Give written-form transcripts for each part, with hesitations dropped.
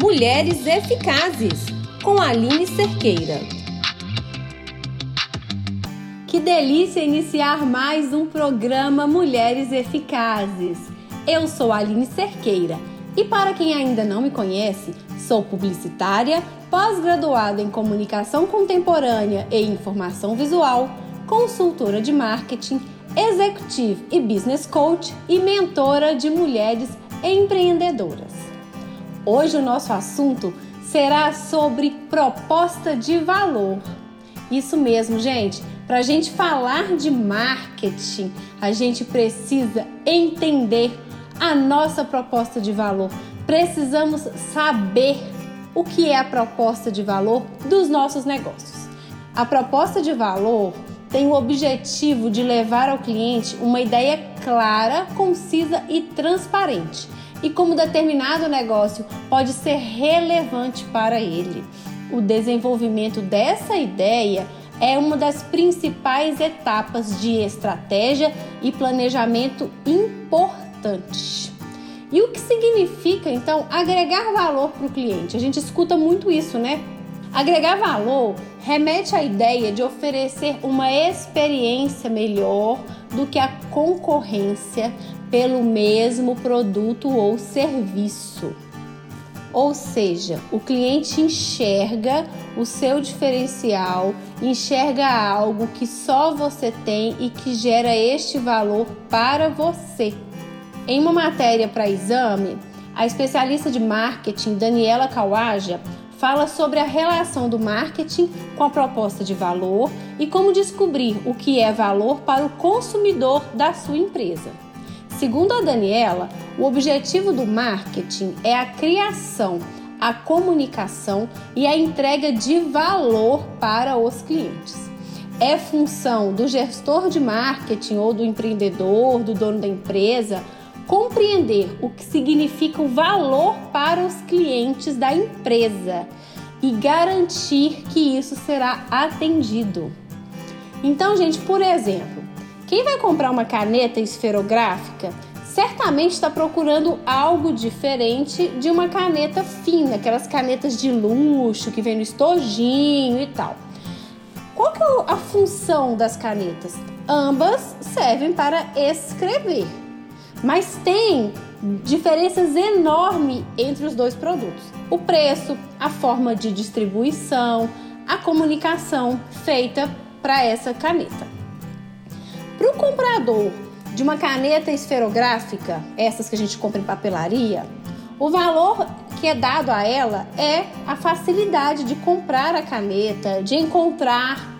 Mulheres Eficazes, com Aline Cerqueira. Que delícia iniciar mais um programa Mulheres Eficazes. Eu sou Aline Cerqueira e, para quem ainda não me conhece, sou publicitária, pós-graduada em Comunicação Contemporânea e Informação Visual, consultora de marketing, executive e business coach e mentora de mulheres empreendedoras. Hoje o nosso assunto será sobre proposta de valor. Isso mesmo, gente. Para a gente falar de marketing, a gente precisa entender a nossa proposta de valor. Precisamos saber o que é a proposta de valor dos nossos negócios. A proposta de valor tem o objetivo de levar ao cliente uma ideia clara, concisa e transparente, e como determinado negócio pode ser relevante para ele. O desenvolvimento dessa ideia é uma das principais etapas de estratégia e planejamento importante. E o que significa, então, agregar valor para o cliente? A gente escuta muito isso, né? Agregar valor remete à ideia de oferecer uma experiência melhor do que a concorrência pelo mesmo produto ou serviço. Ou seja, o cliente enxerga o seu diferencial, enxerga algo que só você tem e que gera este valor para você. Em uma matéria para exame, a especialista de marketing Daniela Kawaja fala sobre a relação do marketing com a proposta de valor e como descobrir o que é valor para o consumidor da sua empresa. Segundo a Daniela, o objetivo do marketing é a criação, a comunicação e a entrega de valor para os clientes. É função do gestor de marketing ou do empreendedor, do dono da empresa, compreender o que significa o valor para os clientes da empresa e garantir que isso será atendido. Então, gente, por exemplo, quem vai comprar uma caneta esferográfica certamente está procurando algo diferente de uma caneta fina, aquelas canetas de luxo que vem no estojinho e tal. Qual que é a função das canetas? Ambas servem para escrever, mas tem diferenças enormes entre os dois produtos. O preço, a forma de distribuição, a comunicação feita para essa caneta. Para o comprador de uma caneta esferográfica, essas que a gente compra em papelaria, o valor que é dado a ela é a facilidade de comprar a caneta, de encontrar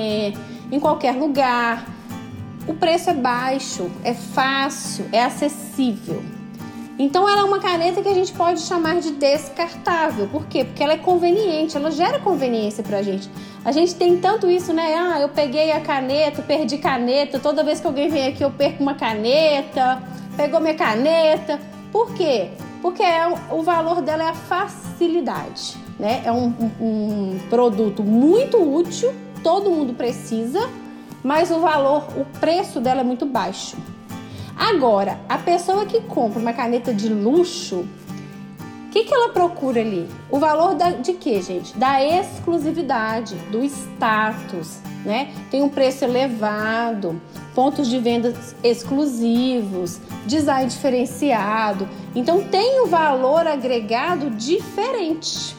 em qualquer lugar. O preço é baixo, é fácil, é acessível. Então ela é uma caneta que a gente pode chamar de descartável. Por quê? Porque ela é conveniente, ela gera conveniência pra gente. A gente tem tanto isso, né? Eu peguei a caneta, perdi caneta, toda vez que alguém vem aqui eu perco uma caneta, pegou minha caneta. Por quê? Porque o valor dela é a facilidade, né? É um produto muito útil, todo mundo precisa, mas o preço dela é muito baixo. Agora, a pessoa que compra uma caneta de luxo, o que ela procura ali? O valor de quê, gente? Da exclusividade, do status, né? Tem um preço elevado, pontos de venda exclusivos, design diferenciado. Então, tem um valor agregado diferente.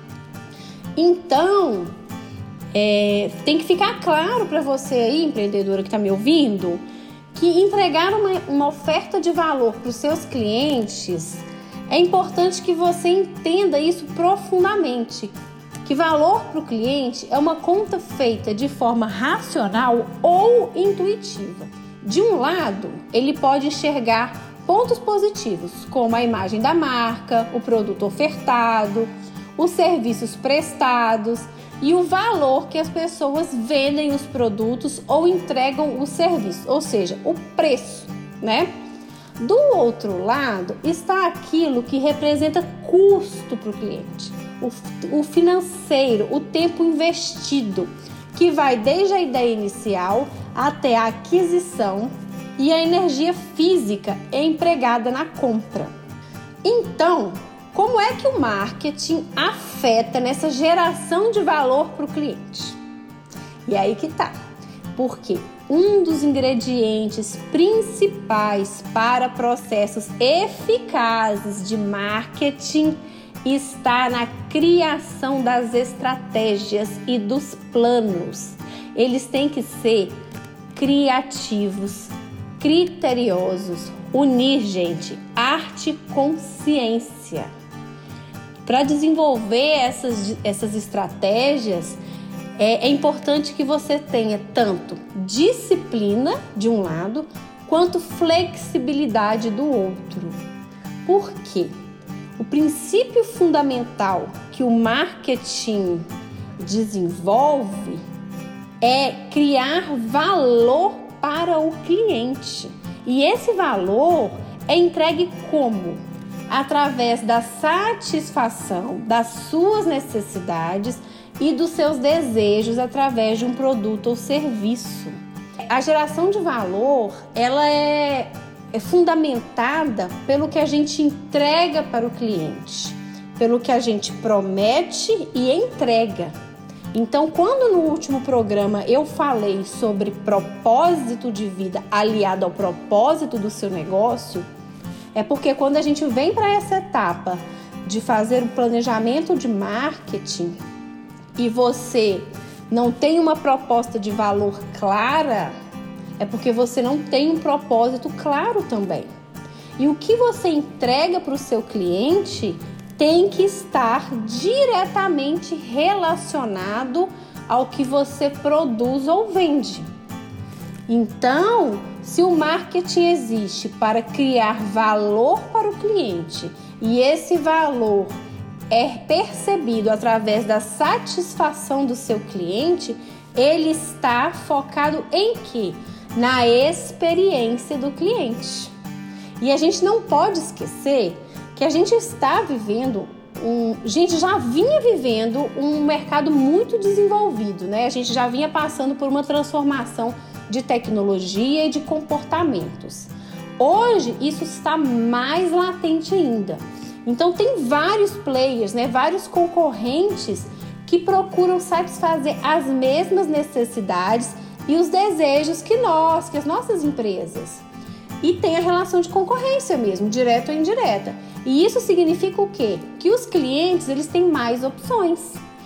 Então, tem que ficar claro para você aí, empreendedora que está me ouvindo, que entregar uma oferta de valor para os seus clientes é importante que você entenda isso profundamente. Que valor para o cliente é uma conta feita de forma racional ou intuitiva. De um lado, ele pode enxergar pontos positivos, como a imagem da marca, o produto ofertado, os serviços prestados e o valor que as pessoas vendem os produtos ou entregam o serviço, ou seja, o preço, né? Do outro lado está aquilo que representa custo para o cliente, o financeiro, o tempo investido, que vai desde a ideia inicial até a aquisição e a energia física empregada na compra. Então, como é que o marketing afeta nessa geração de valor para o cliente? E aí que tá. Porque um dos ingredientes principais para processos eficazes de marketing está na criação das estratégias e dos planos. Eles têm que ser criativos, criteriosos, unir, gente, arte com ciência. Para desenvolver essas estratégias, é importante que você tenha tanto disciplina de um lado, quanto flexibilidade do outro. Por quê? O princípio fundamental que o marketing desenvolve é criar valor para o cliente. E esse valor é entregue como? Através da satisfação das suas necessidades e dos seus desejos através de um produto ou serviço. A geração de valor, ela é fundamentada pelo que a gente entrega para o cliente, pelo que a gente promete e entrega. Então, quando no último programa eu falei sobre propósito de vida aliado ao propósito do seu negócio, é porque quando a gente vem para essa etapa de fazer o planejamento de marketing e você não tem uma proposta de valor clara, é porque você não tem um propósito claro também. E o que você entrega para o seu cliente tem que estar diretamente relacionado ao que você produz ou vende. Então, se o marketing existe para criar valor para o cliente e esse valor é percebido através da satisfação do seu cliente, ele está focado em quê? Na experiência do cliente. E a gente não pode esquecer que a gente está vivendo, já vinha vivendo um mercado muito desenvolvido, né? A gente já vinha passando por uma transformação de tecnologia e de comportamentos. Hoje, isso está mais latente ainda. Então, tem vários players, né? Vários concorrentes que procuram satisfazer as mesmas necessidades e os desejos que as nossas empresas. E tem a relação de concorrência mesmo, direta ou indireta. E isso significa o quê? Que os clientes, eles têm mais opções.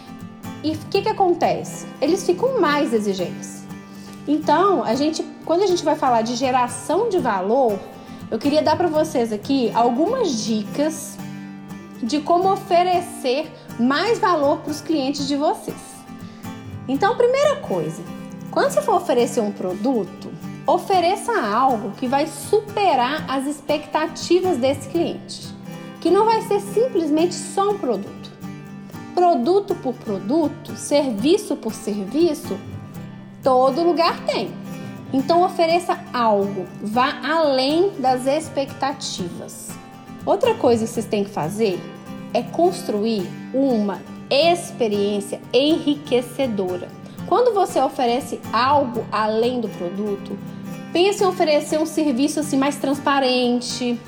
E o que acontece? Eles ficam mais exigentes. Então, quando a gente vai falar de geração de valor, eu queria dar para vocês aqui algumas dicas de como oferecer mais valor para os clientes de vocês. Então, primeira coisa, quando você for oferecer um produto, ofereça algo que vai superar as expectativas desse cliente, que não vai ser simplesmente só um produto. Produto por produto, serviço por serviço, todo lugar tem. Então ofereça algo, vá além das expectativas. Outra coisa que vocês têm que fazer é construir uma experiência enriquecedora. Quando você oferece algo além do produto, pense em oferecer um serviço assim mais transparente,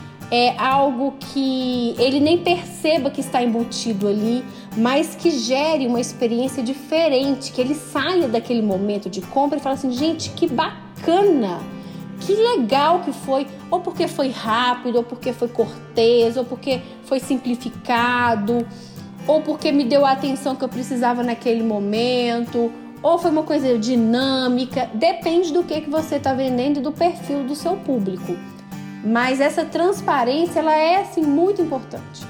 algo que ele nem perceba que está embutido ali, mas que gere uma experiência diferente, que ele saia daquele momento de compra e fale assim, gente, que bacana, que legal que foi, ou porque foi rápido, ou porque foi cortês, ou porque foi simplificado, ou porque me deu a atenção que eu precisava naquele momento, ou foi uma coisa dinâmica, depende do que você está vendendo e do perfil do seu público. Mas essa transparência, ela é assim, muito importante.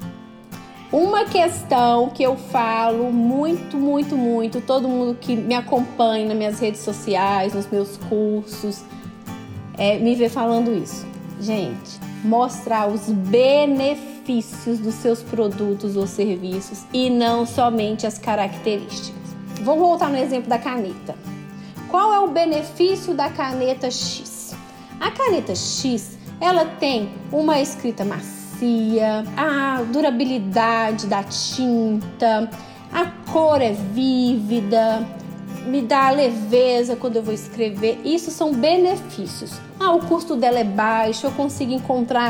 Uma questão que eu falo muito, todo mundo que me acompanha nas minhas redes sociais, nos meus cursos, me vê falando isso. Gente, mostrar os benefícios dos seus produtos ou serviços e não somente as características. Vamos voltar no exemplo da caneta. Qual é o benefício da caneta X? A caneta X, ela tem uma escrita macia, a durabilidade da tinta, a cor é vívida, me dá leveza quando eu vou escrever. Isso são benefícios. O custo dela é baixo, eu consigo encontrar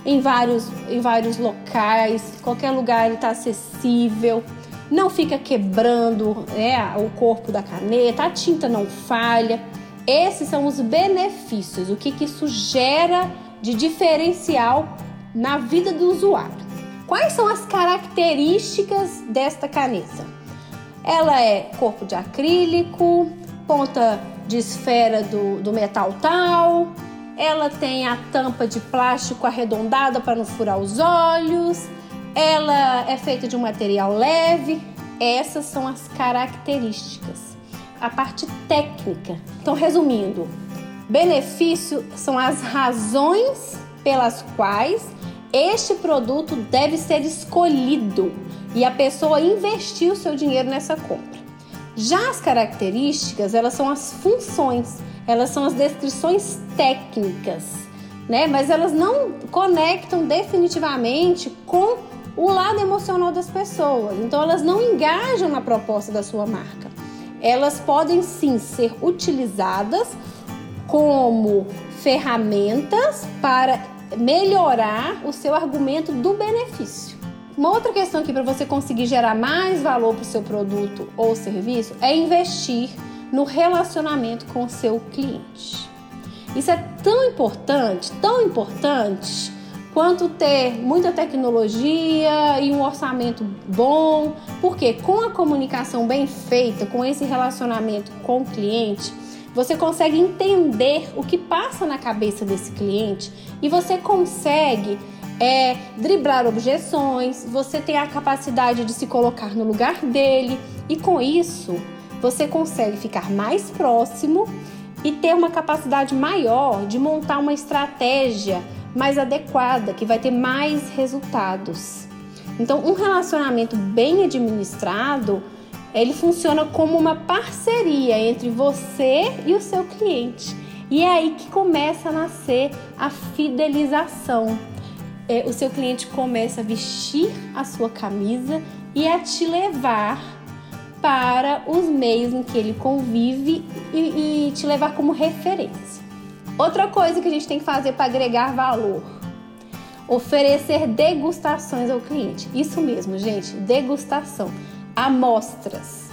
em vários locais, qualquer lugar ele está acessível, não fica quebrando, né, o corpo da caneta, a tinta não falha. Esses são os benefícios, o que isso gera de diferencial na vida do usuário. Quais são as características desta caneta? Ela é corpo de acrílico, ponta de esfera do metal tal, ela tem a tampa de plástico arredondada para não furar os olhos, ela é feita de um material leve. Essas são as características. A parte técnica. Então, resumindo, benefício são as razões pelas quais este produto deve ser escolhido e a pessoa investir o seu dinheiro nessa compra. Já as características, elas são as funções, elas são as descrições técnicas, né? Mas elas não conectam definitivamente com o lado emocional das pessoas. Então, elas não engajam na proposta da sua marca. Elas podem sim ser utilizadas como ferramentas para melhorar o seu argumento do benefício. Uma outra questão aqui para você conseguir gerar mais valor para o seu produto ou serviço é investir no relacionamento com o seu cliente. Isso é tão importante quanto ter muita tecnologia e um orçamento bom, porque com a comunicação bem feita, com esse relacionamento com o cliente, você consegue entender o que passa na cabeça desse cliente e você consegue driblar objeções, você tem a capacidade de se colocar no lugar dele e com isso você consegue ficar mais próximo e ter uma capacidade maior de montar uma estratégia mais adequada, que vai ter mais resultados. Então, um relacionamento bem administrado, ele funciona como uma parceria entre você e o seu cliente. E é aí que começa a nascer a fidelização. O seu cliente começa a vestir a sua camisa e a te levar para os meios em que ele convive e te levar como referência. Outra coisa que a gente tem que fazer para agregar valor: oferecer degustações ao cliente. Isso mesmo, gente, degustação, amostras.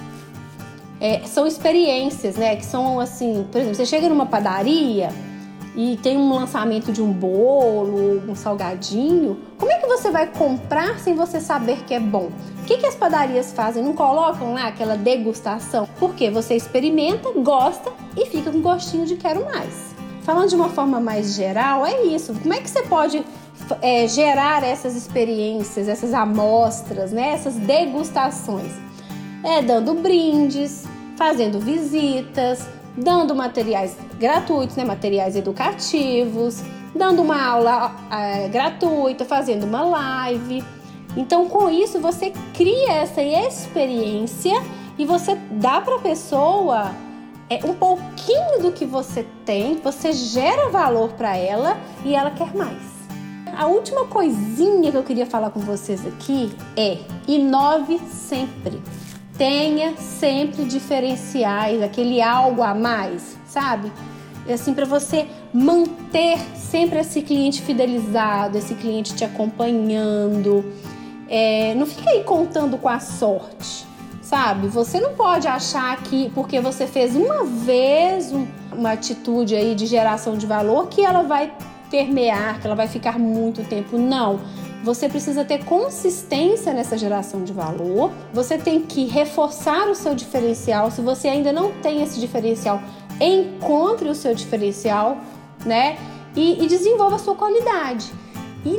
São experiências, né? Que são assim, por exemplo, você chega numa padaria e tem um lançamento de um bolo, um salgadinho. Como é que você vai comprar sem você saber que é bom? O que as padarias fazem? Não colocam lá aquela degustação? Porque você experimenta, gosta e fica com gostinho de quero mais. Falando de uma forma mais geral, é isso. Como é que você pode gerar essas experiências, essas amostras, né? Essas degustações? Dando brindes, fazendo visitas, dando materiais gratuitos, né? Materiais educativos, dando uma aula gratuita, fazendo uma live. Então, com isso, você cria essa experiência e você dá para a pessoa um pouquinho do que você tem, você gera valor para ela e ela quer mais. A última coisinha que eu queria falar com vocês aqui é: inove sempre. Tenha sempre diferenciais, aquele algo a mais, sabe? Assim, para você manter sempre esse cliente fidelizado, esse cliente te acompanhando. Não fica aí contando com a sorte, sabe? Você não pode achar que porque você fez uma vez uma atitude aí de geração de valor que ela vai permear, que ela vai ficar muito tempo. Não. Você precisa ter consistência nessa geração de valor. Você tem que reforçar o seu diferencial. Se você ainda não tem esse diferencial, encontre o seu diferencial, né? E desenvolva a sua qualidade. E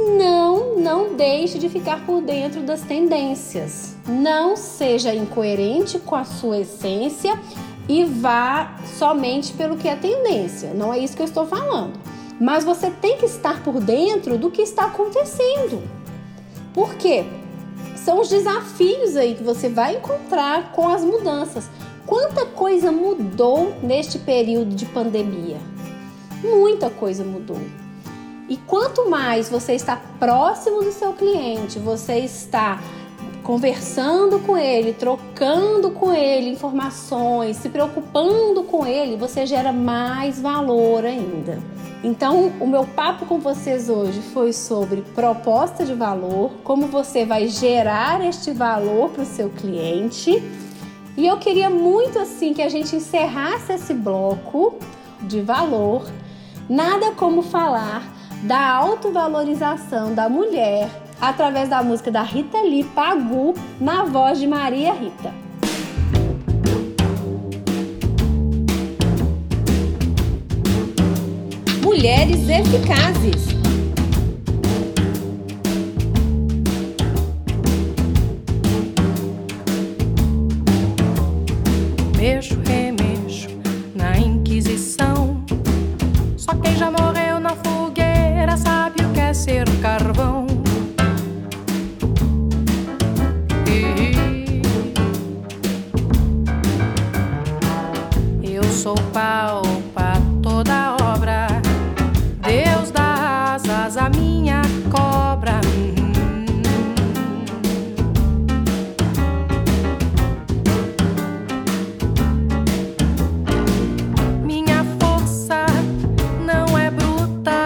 não deixe de ficar por dentro das tendências. Não seja incoerente com a sua essência e vá somente pelo que é tendência. Não é isso que eu estou falando. Mas você tem que estar por dentro do que está acontecendo. Por quê? São os desafios aí que você vai encontrar com as mudanças. Quanta coisa mudou neste período de pandemia? Muita coisa mudou. E quanto mais você está próximo do seu cliente, você está conversando com ele, trocando com ele informações, se preocupando com ele, você gera mais valor ainda. Então, o meu papo com vocês hoje foi sobre proposta de valor, como você vai gerar este valor para o seu cliente. E eu queria muito assim que a gente encerrasse esse bloco de valor. Nada como falar da autovalorização da mulher através da música da Rita Lee, Pagu, na voz de Maria Rita. Mulheres eficazes. Mexo, remexo na Inquisição. Só quem já morreu na fogueira sabe o que é ser carvão. Eu sou pau pra toda obra. Deus dá asas à minha cobra. Minha força não é bruta,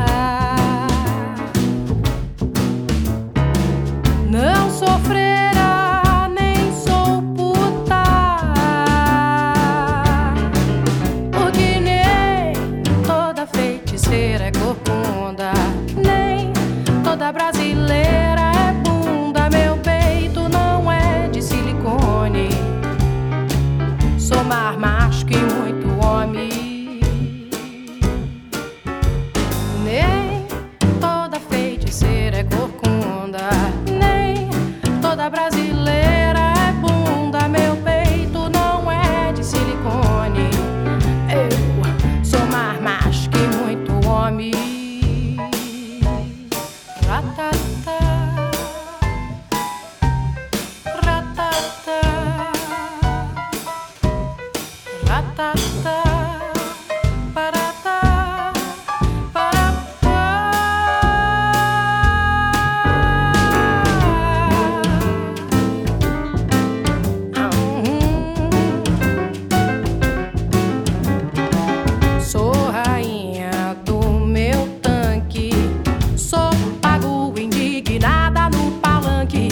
não sofrerá, nem sou puta, porque nem toda feiticeira é corcunda, nem toda brasileira é bunda. Meu peito não é de silicone, sou mais macho que muito homem. Nem toda feiticeira é corcunda, nem toda brasileira é bunda. Meu peito não é de silicone, eu sou mais macho que muito homem. Ratata, ratata, ratata, parata, parapá. Sou rainha do meu tanque, sou pago indignada no palanque.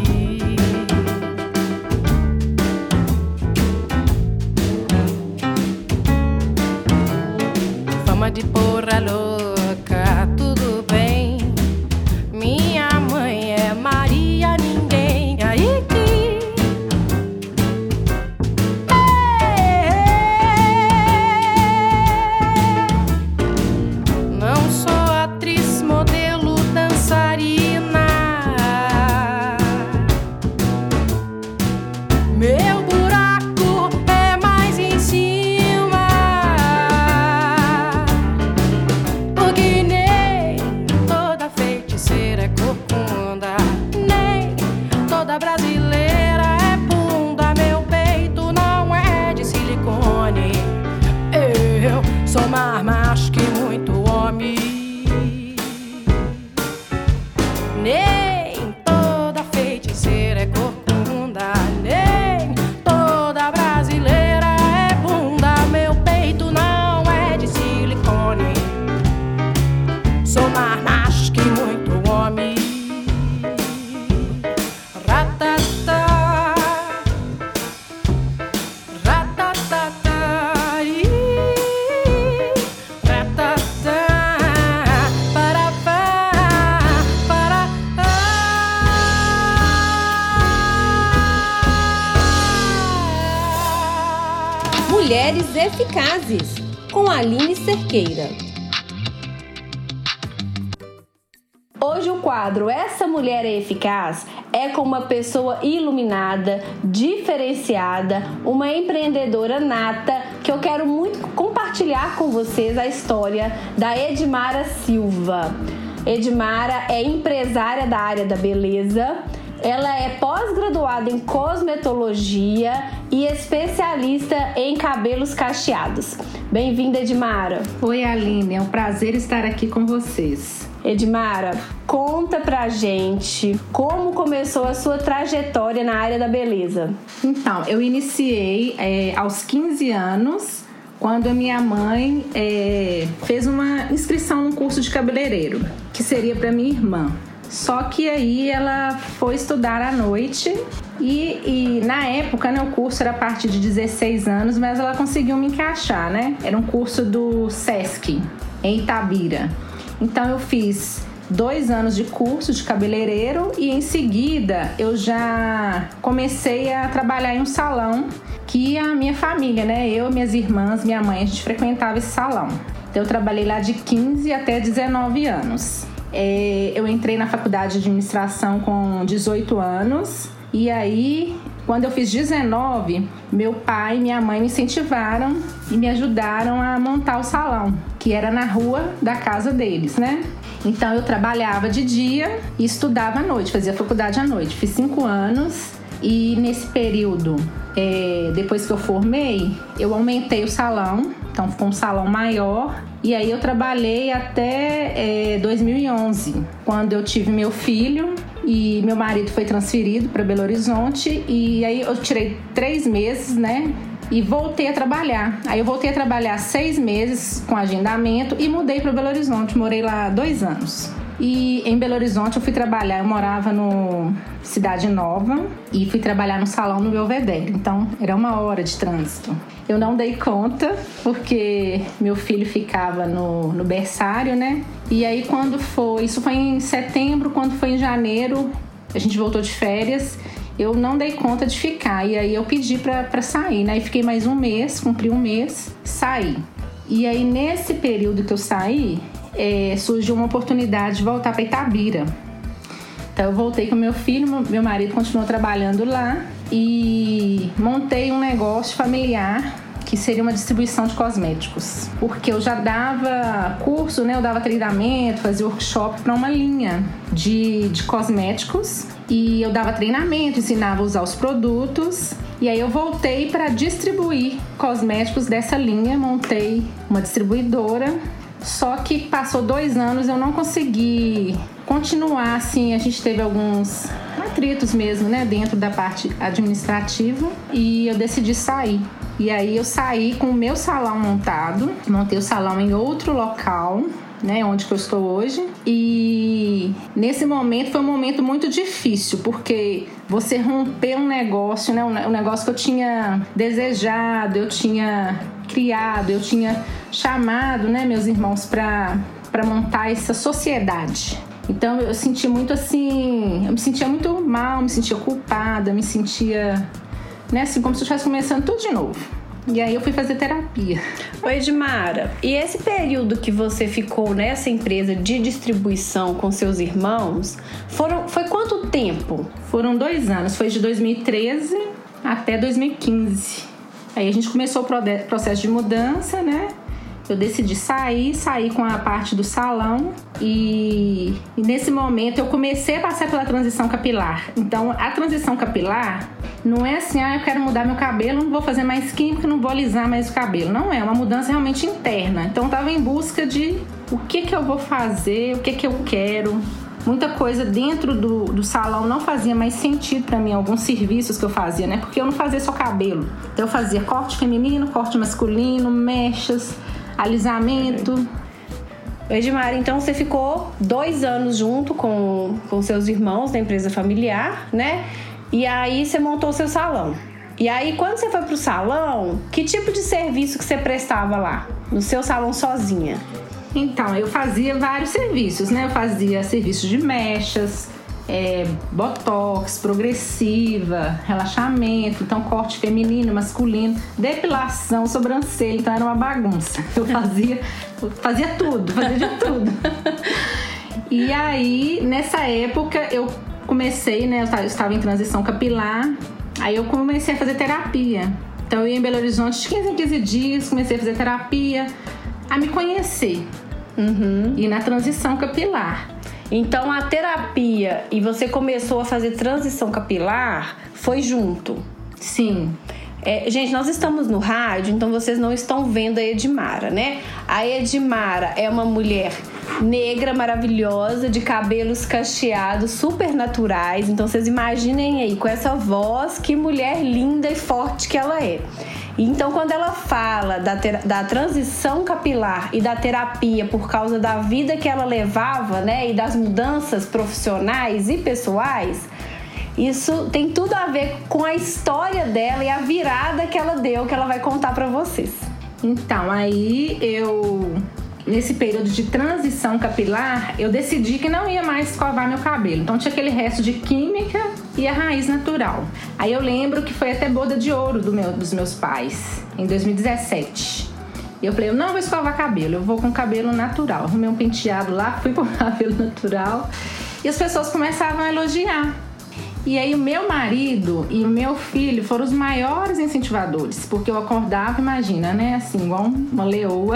Fama de porra louca, tudo bem. Minha mãe é Maria Ninguém. Aí que não sou atriz, modelo, dançarina. Meu buraco é mais em cima, porque nem toda feiticeira é corcunda, nem toda brasileira é bunda. Meu peito não é de silicone, eu sou mais macho que muito homem. Nem toda feiticeira é corcunda, nem toda brasileira é bunda. Meu peito não é de silicone, sou mais macho que muito homem. Ratata, ratatata, ratata, parapá, parapá. Mulheres eficazes, com Aline Cerqueira. Hoje o quadro Essa Mulher é Eficaz é com uma pessoa iluminada, diferenciada, uma empreendedora nata, que eu quero muito compartilhar com vocês a história da Edmara Silva. Edmara é empresária da área da beleza. Ela é pós-graduada em cosmetologia e especialista em cabelos cacheados. Bem-vinda, Edmara. Oi, Aline, é um prazer estar aqui com vocês. Edmara, conta pra gente como começou a sua trajetória na área da beleza. Então, eu iniciei aos 15 anos quando a minha mãe fez uma inscrição num curso de cabeleireiro, que seria para minha irmã. Só que aí ela foi estudar à noite e na época, né, o curso era a partir de 16 anos, mas ela conseguiu me encaixar, né? Era um curso do Sesc, em Itabira. Então eu fiz 2 anos de curso de cabeleireiro e em seguida eu já comecei a trabalhar em um salão que a minha família, né? Eu, minhas irmãs, minha mãe, a gente frequentava esse salão. Então eu trabalhei lá de 15 até 19 anos. Eu entrei na faculdade de administração com 18 anos e aí, quando eu fiz 19, meu pai e minha mãe me incentivaram e me ajudaram a montar o salão, que era na rua da casa deles, né? Então eu trabalhava de dia e estudava à noite, fazia faculdade à noite. Fiz 5 anos e nesse período, depois que eu formei, eu aumentei o salão, então ficou um salão maior. E aí eu trabalhei até 2011, quando eu tive meu filho e meu marido foi transferido para Belo Horizonte. E aí eu tirei 3 meses, né? E voltei a trabalhar. Aí eu voltei a trabalhar 6 meses com agendamento e mudei para Belo Horizonte. Morei lá 2 anos. E em Belo Horizonte eu fui trabalhar, eu morava no Cidade Nova e fui trabalhar no salão no Belvedere. Então era 1 hora de trânsito. Eu não dei conta porque meu filho ficava no berçário, né? E aí quando foi, isso foi em setembro, quando foi em janeiro, a gente voltou de férias. Eu não dei conta de ficar e aí eu pedi pra sair, né? E fiquei mais 1 mês, cumpri 1 mês, saí. E aí nesse período que eu saí, surgiu uma oportunidade de voltar para Itabira. Então eu voltei com meu filho, meu marido continuou trabalhando lá e montei um negócio familiar que seria uma distribuição de cosméticos, porque eu já dava curso, né? Eu dava treinamento, fazia workshop para uma linha de cosméticos e eu dava treinamento, ensinava a usar os produtos. E aí eu voltei para distribuir cosméticos dessa linha, montei uma distribuidora. Só que passou 2 anos, eu não consegui continuar, assim, a gente teve alguns atritos mesmo, né, dentro da parte administrativa e eu decidi sair. E aí eu saí com o meu salão montado, montei o salão em outro local, né, onde que eu estou hoje. E nesse momento foi um momento muito difícil, porque você romper um negócio, né, um negócio que eu tinha desejado, eu tinha criado, eu tinha chamado, né, meus irmãos para montar essa sociedade. Então eu senti muito assim, eu me sentia muito mal, me sentia culpada, me sentia, né, assim, como se eu estivesse começando tudo de novo. E aí eu fui fazer terapia. Oi, Edmara, e esse período que você ficou nessa empresa de distribuição com seus irmãos, foi quanto tempo? Foram 2 anos, foi de 2013 até 2015. Aí a gente começou o processo de mudança, né? Eu decidi sair com a parte do salão e nesse momento eu comecei a passar pela transição capilar. Então a transição capilar não é assim, eu quero mudar meu cabelo, não vou fazer mais química, não vou alisar mais o cabelo. Não é, uma mudança realmente interna. Então eu estava em busca de o que eu vou fazer, o que eu quero. Muita coisa dentro do salão não fazia mais sentido para mim, alguns serviços que eu fazia, né? Porque eu não fazia só cabelo. Então eu fazia corte feminino, corte masculino, mechas, alisamento. Edmara, então você ficou 2 anos junto com seus irmãos na empresa familiar, né? E aí você montou o seu salão. E aí quando você foi pro salão, que tipo de serviço que você prestava lá, no seu salão sozinha? Então, eu fazia vários serviços, né? Eu fazia serviços de mechas, botox, progressiva, relaxamento, então corte feminino, masculino, depilação, sobrancelha, então era uma bagunça. Eu fazia tudo, fazia de tudo. E aí, nessa época, eu comecei, né? Eu estava em transição capilar, aí eu comecei a fazer terapia. Então, eu ia em Belo Horizonte de 15 em 15 dias, comecei a fazer terapia, a me conhecer. E na transição capilar. Então a terapia e você começou a fazer transição capilar foi junto? Sim. Gente, nós estamos no rádio, então vocês não estão vendo a Edmara, né? A Edmara é uma mulher negra, maravilhosa, de cabelos cacheados, super naturais. Então vocês imaginem aí, com essa voz, que mulher linda e forte que ela é. Então, quando ela fala da transição capilar e da terapia por causa da vida que ela levava, né, e das mudanças profissionais e pessoais, isso tem tudo a ver com a história dela e a virada que ela deu, que ela vai contar pra vocês. Então, aí nesse período de transição capilar, eu decidi que não ia mais escovar meu cabelo. Então tinha aquele resto de química e a raiz natural. Aí eu lembro que foi até boda de ouro dos meus pais, em 2017. E eu falei, eu não vou escovar cabelo, eu vou com cabelo natural. Arrumei um penteado lá, fui com cabelo natural. E as pessoas começavam a elogiar. E aí o meu marido e o meu filho foram os maiores incentivadores, porque eu acordava, imagina, né, assim, igual uma leoa.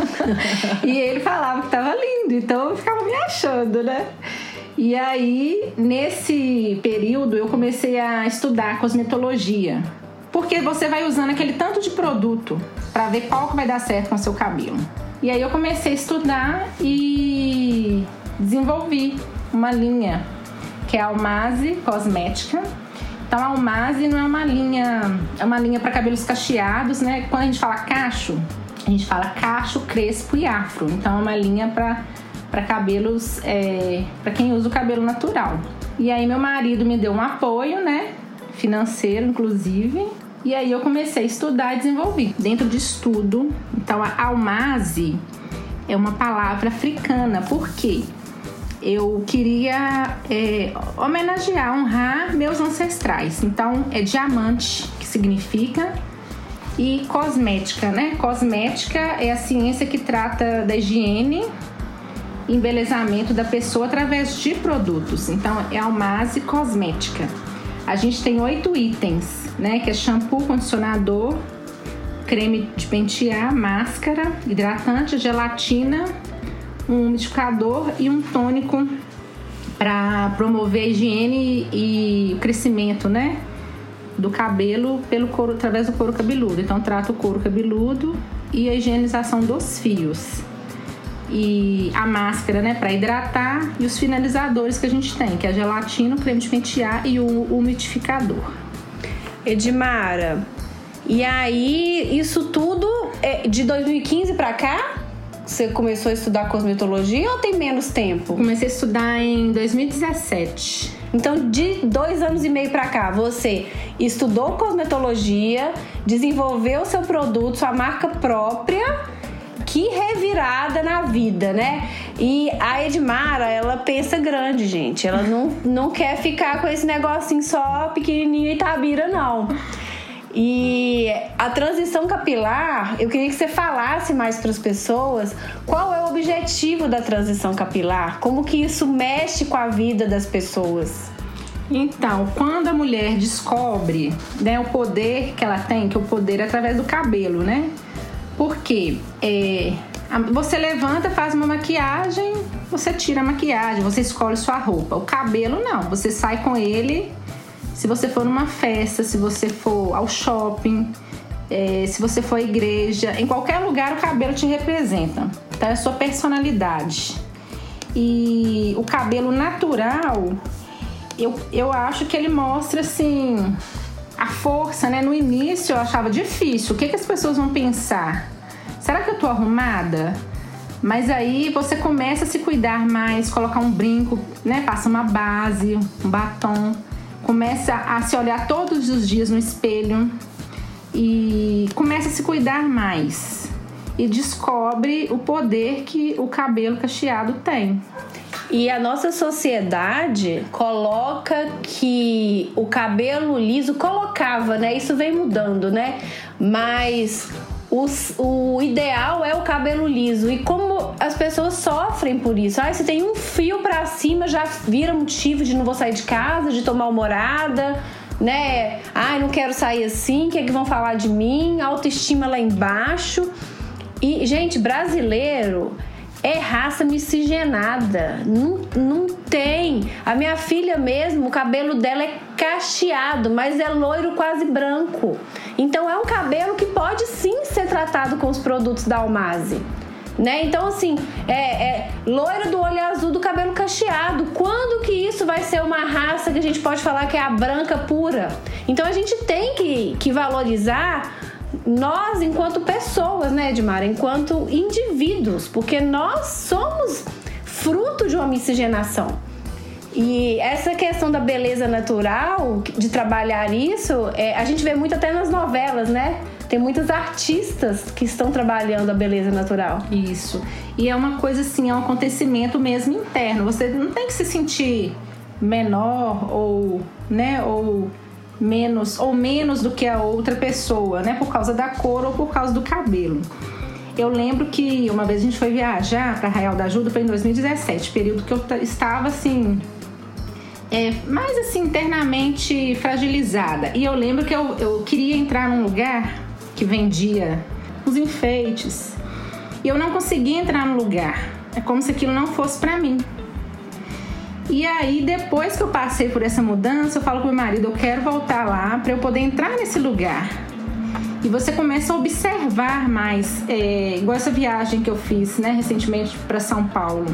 E ele falava que tava lindo, então eu ficava me achando, né? E aí, nesse período, eu comecei a estudar cosmetologia, porque você vai usando aquele tanto de produto para ver qual que vai dar certo com o seu cabelo. E aí eu comecei a estudar e desenvolvi uma linha, que é a Almase Cosmética. Então a Almase não é uma linha, é uma linha para cabelos cacheados, né? Quando a gente fala cacho, a gente fala cacho, crespo e afro. Então é uma linha para cabelos, para quem usa o cabelo natural. E aí meu marido me deu um apoio, né? Financeiro, inclusive. E aí eu comecei a estudar e desenvolver. Dentro de estudo, então a Almase é uma palavra africana. Por quê? Eu queria homenagear, honrar meus ancestrais. Então, é diamante, que significa, e cosmética, né? Cosmética é a ciência que trata da higiene e embelezamento da pessoa através de produtos. Então, é Almase Cosmética. A gente tem 8 itens, né? Que é shampoo, condicionador, creme de pentear, máscara, hidratante, gelatina, um umidificador e um tônico para promover a higiene e o crescimento, né, do cabelo pelo couro, através do couro cabeludo. Então trata o couro cabeludo e a higienização dos fios. E a máscara, né, para hidratar, e os finalizadores que a gente tem, que é a gelatina, o creme de pentear e o umidificador. Edmara, e aí isso tudo é de 2015 para cá? Você começou a estudar cosmetologia ou tem menos tempo? Comecei a estudar em 2017. Então, de 2 anos e meio pra cá, você estudou cosmetologia, desenvolveu seu produto, sua marca própria. Que revirada na vida, né? E a Edmara, ela pensa grande, gente. Ela não quer ficar com esse negocinho só pequenininho e Itabira, não. E a transição capilar, eu queria que você falasse mais para as pessoas qual é o objetivo da transição capilar, como que isso mexe com a vida das pessoas. Então, quando a mulher descobre, né, o poder que ela tem, que é o poder através do cabelo, né? Porque você levanta, faz uma maquiagem, você tira a maquiagem, você escolhe sua roupa. O cabelo não, você sai com ele. Se você for numa festa, se você for ao shopping, se você for à igreja, em qualquer lugar o cabelo te representa. Então é a sua personalidade. E o cabelo natural, eu acho que ele mostra assim a força, né? No início eu achava difícil. O que as pessoas vão pensar? Será que eu tô arrumada? Mas aí você começa a se cuidar mais, colocar um brinco, né? Passa uma base, um batom. Começa a se olhar todos os dias no espelho e começa a se cuidar mais. E descobre o poder que o cabelo cacheado tem. E a nossa sociedade coloca que o cabelo liso colocava, né? Isso vem mudando, né? Mas o ideal é o cabelo liso. E como as pessoas sofrem por isso. Se tem um fio pra cima, já vira motivo de não vou sair de casa, de tomar humorada, né? Não quero sair assim, o que é que vão falar de mim? Autoestima lá embaixo. E, gente, brasileiro é raça miscigenada. Não tem. A minha filha mesmo, o cabelo dela é cacheado, mas é loiro quase branco. Então é um cabelo que pode sim ser tratado com os produtos da Almase. né? Então, assim, loira do olho azul, do cabelo cacheado. Quando que isso vai ser uma raça que a gente pode falar que é a branca pura? Então, a gente tem que valorizar nós enquanto pessoas, né, Edmara? Enquanto indivíduos, porque nós somos fruto de uma miscigenação. E essa questão da beleza natural, de trabalhar isso, a gente vê muito até nas novelas, né? Tem muitos artistas que estão trabalhando a beleza natural. Isso. E é uma coisa assim, é um acontecimento mesmo interno. Você não tem que se sentir menor ou, né, ou menos do que a outra pessoa, né? Por causa da cor ou por causa do cabelo. Eu lembro que uma vez a gente foi viajar para Arraial da Ajuda, foi em 2017, período que eu estava assim, mais assim, internamente fragilizada. E eu lembro que eu queria entrar num lugar que vendia os enfeites e eu não conseguia entrar no lugar. É como se aquilo não fosse para mim. E aí, depois que eu passei por essa mudança, eu falo pro meu marido, eu quero voltar lá para eu poder entrar nesse lugar. E você começa a observar mais, igual essa viagem que eu fiz, né, recentemente para São Paulo.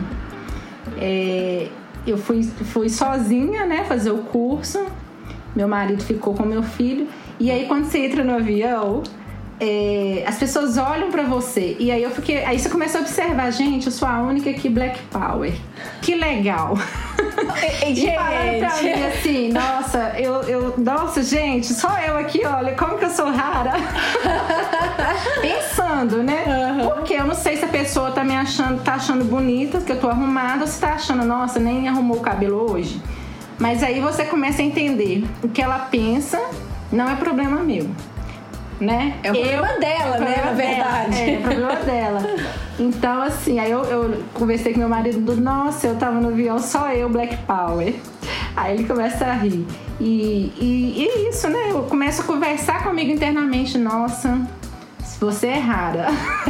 Eu fui sozinha, né, fazer o curso. Meu marido ficou com meu filho. E aí, quando você entra no avião, as pessoas olham pra você. E aí aí você começa a observar, gente, eu sou a única aqui Black Power. Que legal. E falando pra mim assim, nossa, gente, só eu aqui, olha, como que eu sou rara. Pensando, né? Uhum. Porque eu não sei se a pessoa tá achando bonita, que eu tô arrumada, ou se tá achando, nossa, nem arrumou o cabelo hoje. Mas aí você começa a entender o que ela pensa, não é problema meu. Né? É o problema dela, né? Na verdade. É o problema dela. Então, assim, aí eu conversei com meu marido, nossa, eu tava no avião, só eu, Black Power. Aí ele começa a rir. E isso, né? Eu começo a conversar comigo internamente, nossa, você é rara.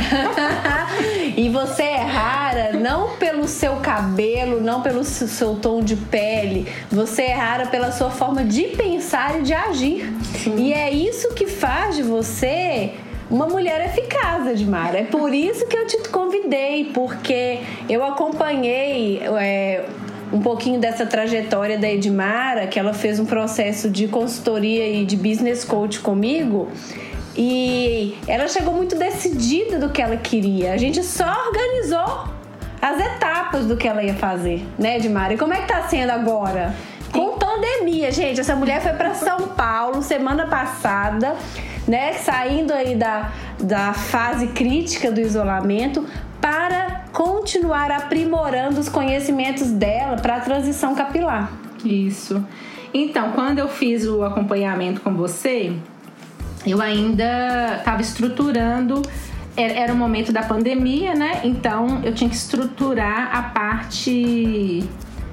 E você é rara não pelo seu cabelo, não pelo seu tom de pele. Você é rara pela sua forma de pensar e de agir. Sim. E é isso que faz de você uma mulher eficaz, Edmara. É por isso que eu te convidei, porque eu acompanhei um pouquinho dessa trajetória da Edmara, que ela fez um processo de consultoria e de business coach comigo. E ela chegou muito decidida do que ela queria. A gente só organizou as etapas do que ela ia fazer, né, Edmara? E como é que tá sendo agora? Com pandemia, gente. Essa mulher foi para São Paulo semana passada, né? Saindo aí da fase crítica do isolamento para continuar aprimorando os conhecimentos dela para a transição capilar. Isso. Então, quando eu fiz o acompanhamento com você, eu ainda estava estruturando, era o momento da pandemia, né? Então eu tinha que estruturar a parte,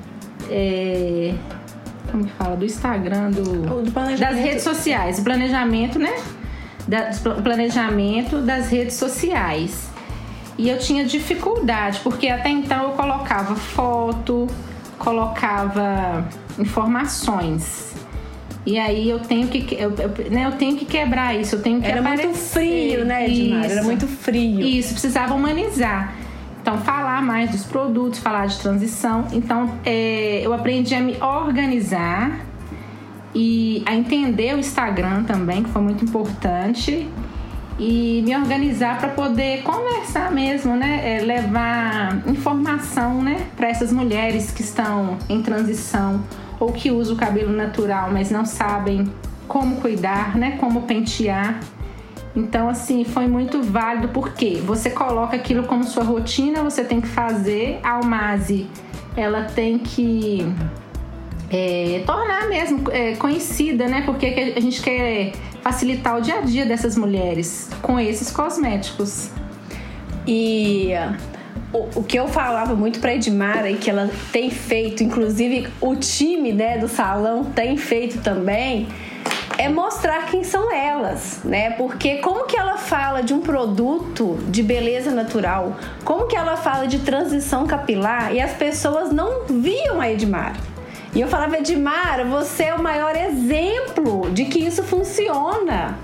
como que fala? Do Instagram, das redes sociais, o planejamento, né? O planejamento das redes sociais. E eu tinha dificuldade, porque até então eu colocava foto, colocava informações. E aí eu tenho que quebrar isso, eu tenho que Era aparecer. Muito frio, né, Edmara? Era muito frio. Isso, precisava humanizar. Então, falar mais dos produtos, falar de transição. Então, eu aprendi a me organizar e a entender o Instagram também, que foi muito importante. E me organizar para poder conversar mesmo, né? Levar informação, né? Para essas mulheres que estão em transição ou que usam o cabelo natural, mas não sabem como cuidar, né? Como pentear. Então, assim, foi muito válido porque você coloca aquilo como sua rotina, você tem que fazer. A Almase, ela tem que tornar mesmo conhecida, né? Porque a gente quer facilitar o dia a dia dessas mulheres com esses cosméticos. E o que eu falava muito pra Edmara e que ela tem feito, inclusive o time, né, do salão tem feito também, é mostrar quem são elas, né? Porque como que ela fala de um produto de beleza natural, como que ela fala de transição capilar e as pessoas não viam a Edmara. E eu falava, Edmara, você é o maior exemplo de que isso funciona.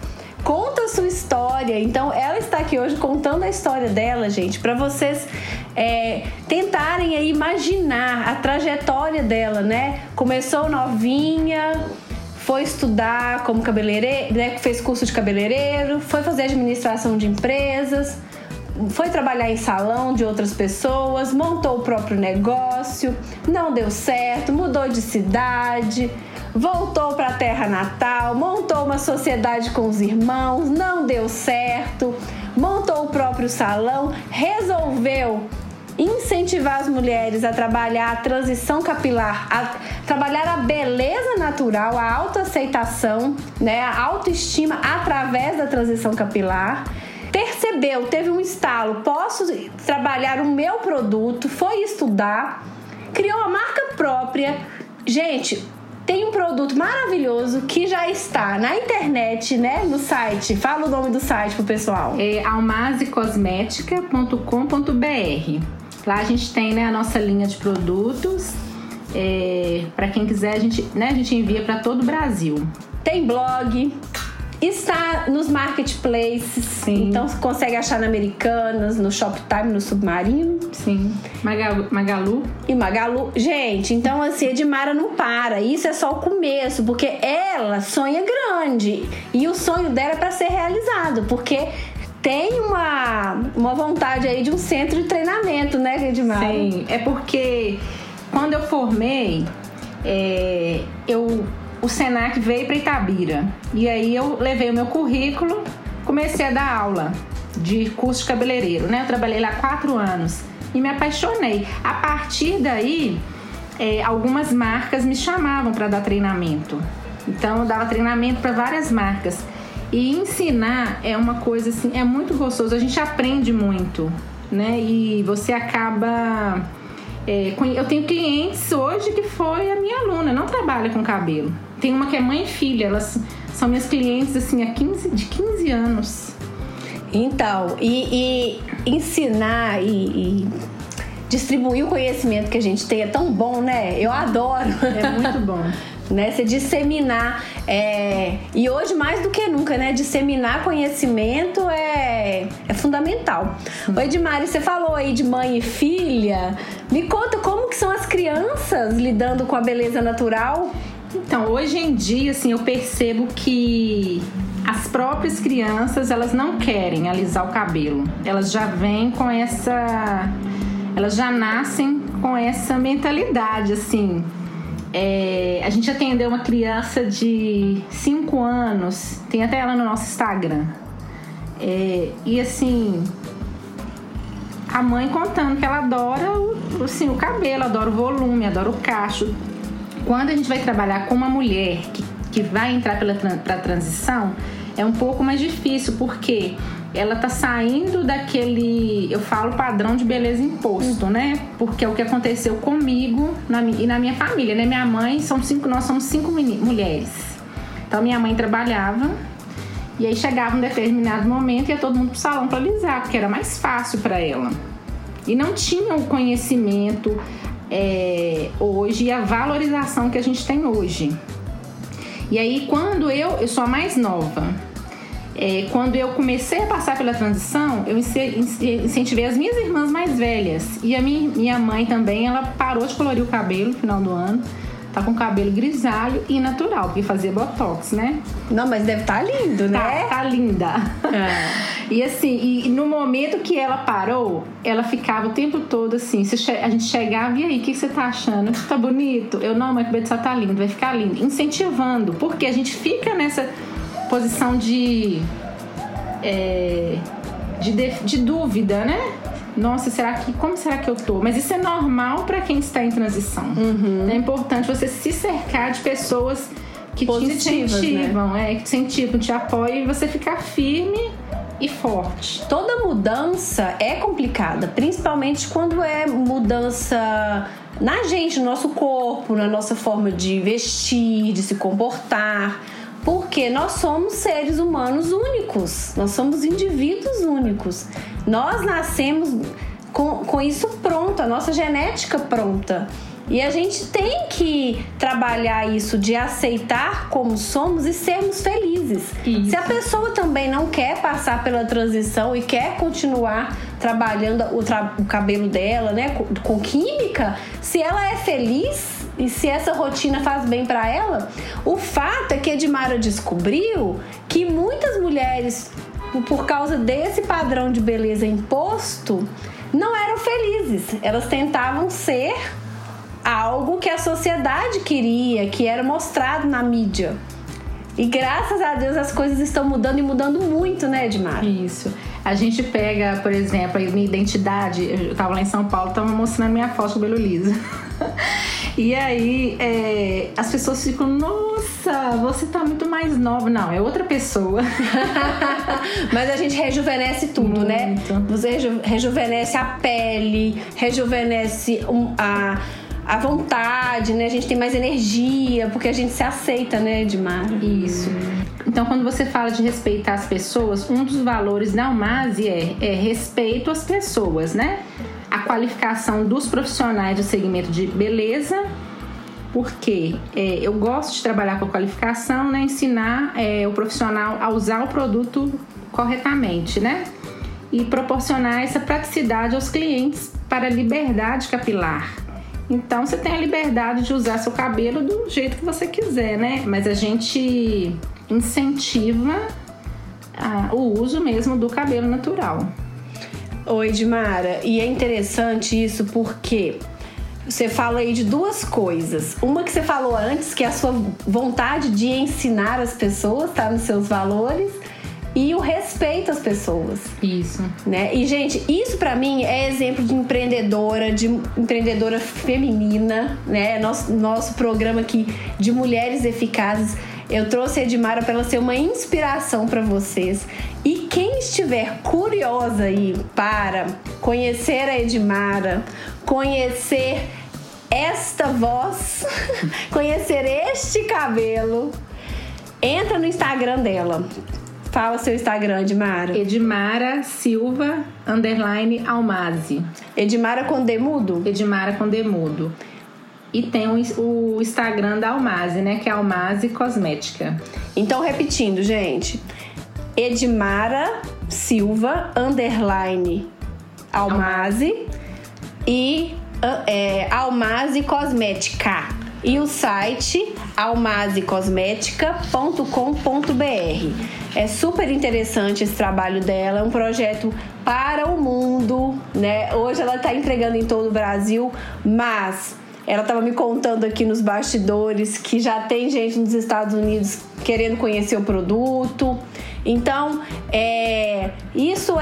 conta a sua história. Então, ela está aqui hoje contando a história dela, gente, para vocês tentarem aí imaginar a trajetória dela, né? Começou novinha, foi estudar como cabeleireiro, né? Fez curso de cabeleireiro, foi fazer administração de empresas, foi trabalhar em salão de outras pessoas, montou o próprio negócio, não deu certo, mudou de cidade, voltou para a terra natal, montou uma sociedade com os irmãos, não deu certo, montou o próprio salão, resolveu incentivar as mulheres a trabalhar a transição capilar, a trabalhar a beleza natural, a autoaceitação, né, a autoestima através da transição capilar. Percebeu, teve um estalo, posso trabalhar o meu produto, foi estudar, criou a marca própria. Gente, tem um produto maravilhoso que já está na internet, né, no site. Fala o nome do site pro pessoal. É almazecosmetica.com.br. Lá a gente tem, né, a nossa linha de produtos. Para quem quiser, a gente envia para todo o Brasil. Tem blog. Está nos marketplaces. Sim. Então você consegue achar na Americanas, no Shoptime, no Submarino. Sim. Magalu. E Magalu. Gente, então assim, a Edmara não para. Isso é só o começo, porque ela sonha grande. E o sonho dela é para ser realizado, porque tem uma vontade aí de um centro de treinamento, né, Edmara? Sim, é porque quando eu formei, o Senac veio para Itabira. E aí eu levei o meu currículo, comecei a dar aula de curso de cabeleireiro, né? Eu trabalhei lá 4 anos e me apaixonei. A partir daí, algumas marcas me chamavam para dar treinamento. Então eu dava treinamento para várias marcas. E ensinar é uma coisa assim, é muito gostoso. A gente aprende muito, né? E você acaba... eu tenho clientes hoje que foi a minha aluna, não trabalha com cabelo. Tem uma que é mãe e filha, elas são minhas clientes assim há 15 anos. Então, e ensinar e distribuir o conhecimento que a gente tem é tão bom, né? Eu adoro. É muito bom. Né? Você disseminar, e hoje mais do que nunca, né? Disseminar conhecimento é fundamental. Ô Edmara, você falou aí de mãe e filha. Me conta como que são as crianças lidando com a beleza natural? Então, hoje em dia, assim, eu percebo que as próprias crianças, elas não querem alisar o cabelo. Elas já vêm com essa... Elas já nascem com essa mentalidade, assim... a gente atendeu uma criança de 5 anos, tem até ela no nosso Instagram. E assim, a mãe contando que ela adora o cabelo, adora o volume, adora o cacho. Quando a gente vai trabalhar com uma mulher que vai entrar para a transição, é um pouco mais difícil, porque ela tá saindo daquele, eu falo, padrão de beleza imposto, né? Porque é o que aconteceu comigo e na minha família, né? Minha mãe, nós somos 5 mulheres. Então minha mãe trabalhava e aí chegava um determinado momento e ia todo mundo pro salão para alisar, porque era mais fácil para ela. E não tinha o conhecimento hoje e a valorização que a gente tem hoje. E aí quando eu sou a mais nova, quando eu comecei a passar pela transição, eu incentivei as minhas irmãs mais velhas. E a minha mãe também, ela parou de colorir o cabelo no final do ano. Tá com cabelo grisalho e natural, porque fazia botox, né? Não, mas deve estar lindo, né? Tá linda. E assim, e no momento que ela parou, ela ficava o tempo todo assim, a gente chegava, e aí, o que você tá achando? Tá bonito? Eu, não, mas o cabelo só tá lindo, vai ficar lindo. Incentivando, porque a gente fica nessa posição de dúvida, né? Nossa, como será que eu tô? Mas isso é normal para quem está em transição. É importante você se cercar de pessoas que positivas, te incentivam, né? Que te incentivam, te apoiam, e você ficar firme e forte. Toda mudança é complicada, principalmente quando é mudança na gente, no nosso corpo, na nossa forma de vestir, de se comportar. Porque nós somos seres humanos únicos, nós somos indivíduos únicos. Nós nascemos com isso pronto, a nossa genética pronta. E a gente tem que trabalhar isso de aceitar como somos e sermos felizes. Isso. Se a pessoa também não quer passar pela transição e quer continuar trabalhando o cabelo dela, né, com química, se ela é feliz e se essa rotina faz bem para ela, o fato é que a Edmara descobriu que muitas mulheres, por causa desse padrão de beleza imposto, não eram felizes. Elas tentavam ser algo que a sociedade queria, que era mostrado na mídia. E graças a Deus as coisas estão mudando e mudando muito, né, Edmara? Isso. A gente pega, por exemplo, a minha identidade. Eu tava lá em São Paulo, tava mostrando minha foto de cabelo liso. E aí as pessoas ficam, nossa, você tá muito mais nova. Não, é outra pessoa. Mas a gente rejuvenesce tudo, muito, né? Você rejuvenesce a pele, rejuvenesce a vontade, né? A gente tem mais energia, porque a gente se aceita, né, Edmara? Isso. Então, quando você fala de respeitar as pessoas, um dos valores da Almase é respeito às pessoas, né? A qualificação dos profissionais do segmento de beleza, porque eu gosto de trabalhar com a qualificação, né? Ensinar o profissional a usar o produto corretamente, né? E proporcionar essa praticidade aos clientes para a liberdade capilar. Então, você tem a liberdade de usar seu cabelo do jeito que você quiser, né? Mas a gente incentiva o uso mesmo do cabelo natural. Oi, Edmara, e é interessante isso porque você fala aí de duas coisas. Uma que você falou antes, que é a sua vontade de ensinar as pessoas, tá nos seus valores, e o respeito às pessoas. Isso. Né? E, gente, isso pra mim é exemplo de empreendedora feminina, né? Nosso programa aqui de Mulheres Eficazes. Eu trouxe a Edmara para ela ser uma inspiração para vocês. E quem estiver curiosa aí para conhecer a Edmara, conhecer esta voz, conhecer este cabelo, entra no Instagram dela. Fala seu Instagram, Edmara. Edmara Silva _Almase. Edmara com D mudo? Edmara com D mudo. E tem o Instagram da Almase, né? Que é Almase Cosmética. Então, repetindo, gente. Edmara Silva _Almase e Almase Cosmética. E o site almasecosmetica.com.br. É super interessante esse trabalho dela, é um projeto para o mundo, né? Hoje ela está entregando em todo o Brasil, mas ela estava me contando aqui nos bastidores que já tem gente nos Estados Unidos querendo conhecer o produto. Então, isso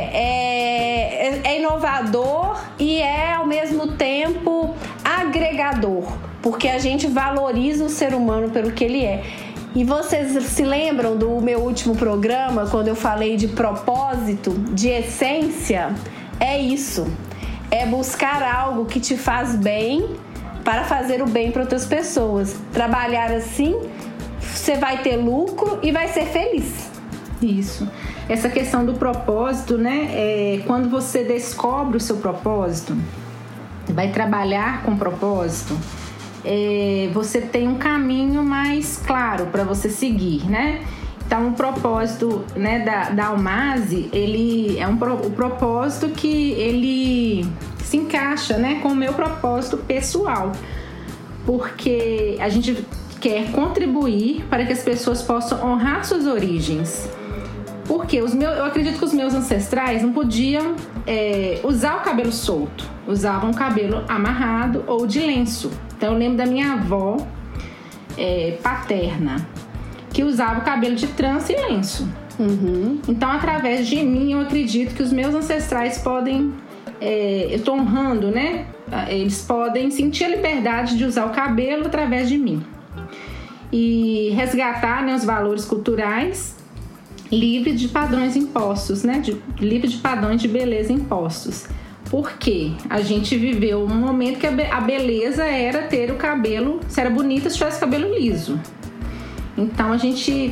é inovador e é, ao mesmo tempo, agregador, porque a gente valoriza o ser humano pelo que ele é. E vocês se lembram do meu último programa, quando eu falei de propósito, de essência? É isso. É buscar algo que te faz bem para fazer o bem para outras pessoas. Trabalhar assim, você vai ter lucro e vai ser feliz. Isso. Essa questão do propósito, né? Quando você descobre o seu propósito, vai trabalhar com propósito, você tem um caminho mais claro para você seguir, né? Então, o propósito, né, da Almase, ele é o propósito que ele se encaixa, né, com o meu propósito pessoal, porque a gente quer contribuir para que as pessoas possam honrar suas origens. Porque eu acredito que os meus ancestrais não podiam usar o cabelo solto, usavam o cabelo amarrado ou de lenço. Então, eu lembro da minha avó paterna, que usava o cabelo de trança e lenço. Uhum. Então, através de mim, eu acredito que os meus ancestrais podem... eu estou honrando, né? Eles podem sentir a liberdade de usar o cabelo através de mim. E resgatar, né, os valores culturais, livre de padrões impostos, né? Livre de padrões de beleza impostos. Porque a gente viveu um momento que a beleza era ter o cabelo... Se era bonita, se tivesse cabelo liso. Então, a gente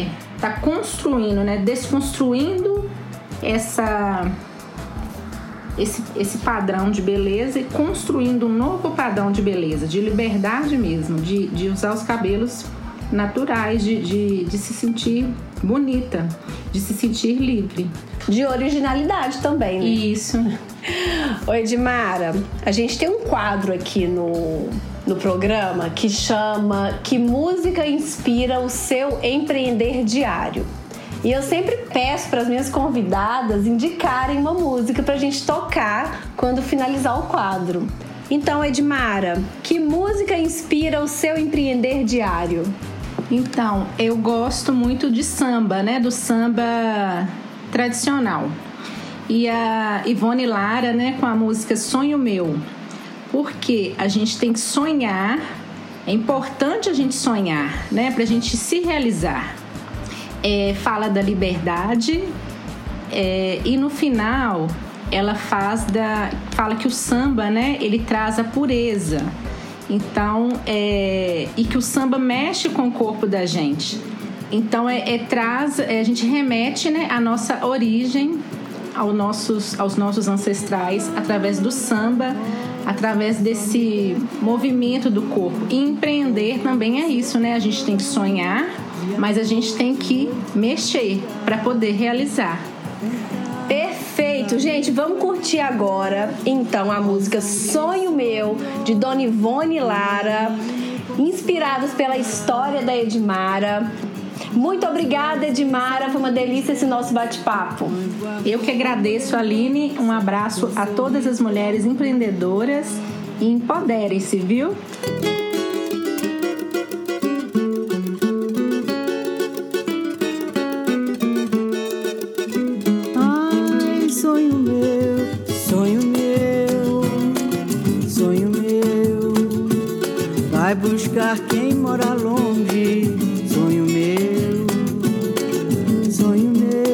está construindo, né? Desconstruindo esse padrão de beleza e construindo um novo padrão de beleza, de liberdade mesmo, de usar os cabelos naturais, de se sentir bonita, de se sentir livre. De originalidade também, né? Isso. Oi, Edmara, a gente tem um quadro aqui no programa que chama Que Música Inspira o Seu Empreender Diário? E eu sempre peço para as minhas convidadas indicarem uma música para a gente tocar quando finalizar o quadro. Então, Edmara, que música inspira o seu empreender diário? Então, eu gosto muito de samba, né? Do samba tradicional. E a Ivone Lara, né? Com a música Sonho Meu. Porque a gente tem que sonhar, é importante a gente sonhar, né? Pra gente se realizar. Fala da liberdade e no final ela fala que o samba, né, ele traz a pureza. Então, e que o samba mexe com o corpo da gente. Então, a gente remete, né, a nossa origem aos nossos ancestrais através do samba, através desse movimento do corpo. E empreender também é isso, né? A gente tem que sonhar, mas a gente tem que mexer para poder realizar. Perfeito, gente, vamos curtir agora então a música Sonho Meu, de Dona Ivone Lara, inspirados pela história da Edmara. Muito obrigada, Edmara, foi uma delícia esse nosso bate-papo. Eu que agradeço, Aline, um abraço a todas as mulheres empreendedoras e empoderem-se, viu? Vai buscar quem mora longe, sonho meu, sonho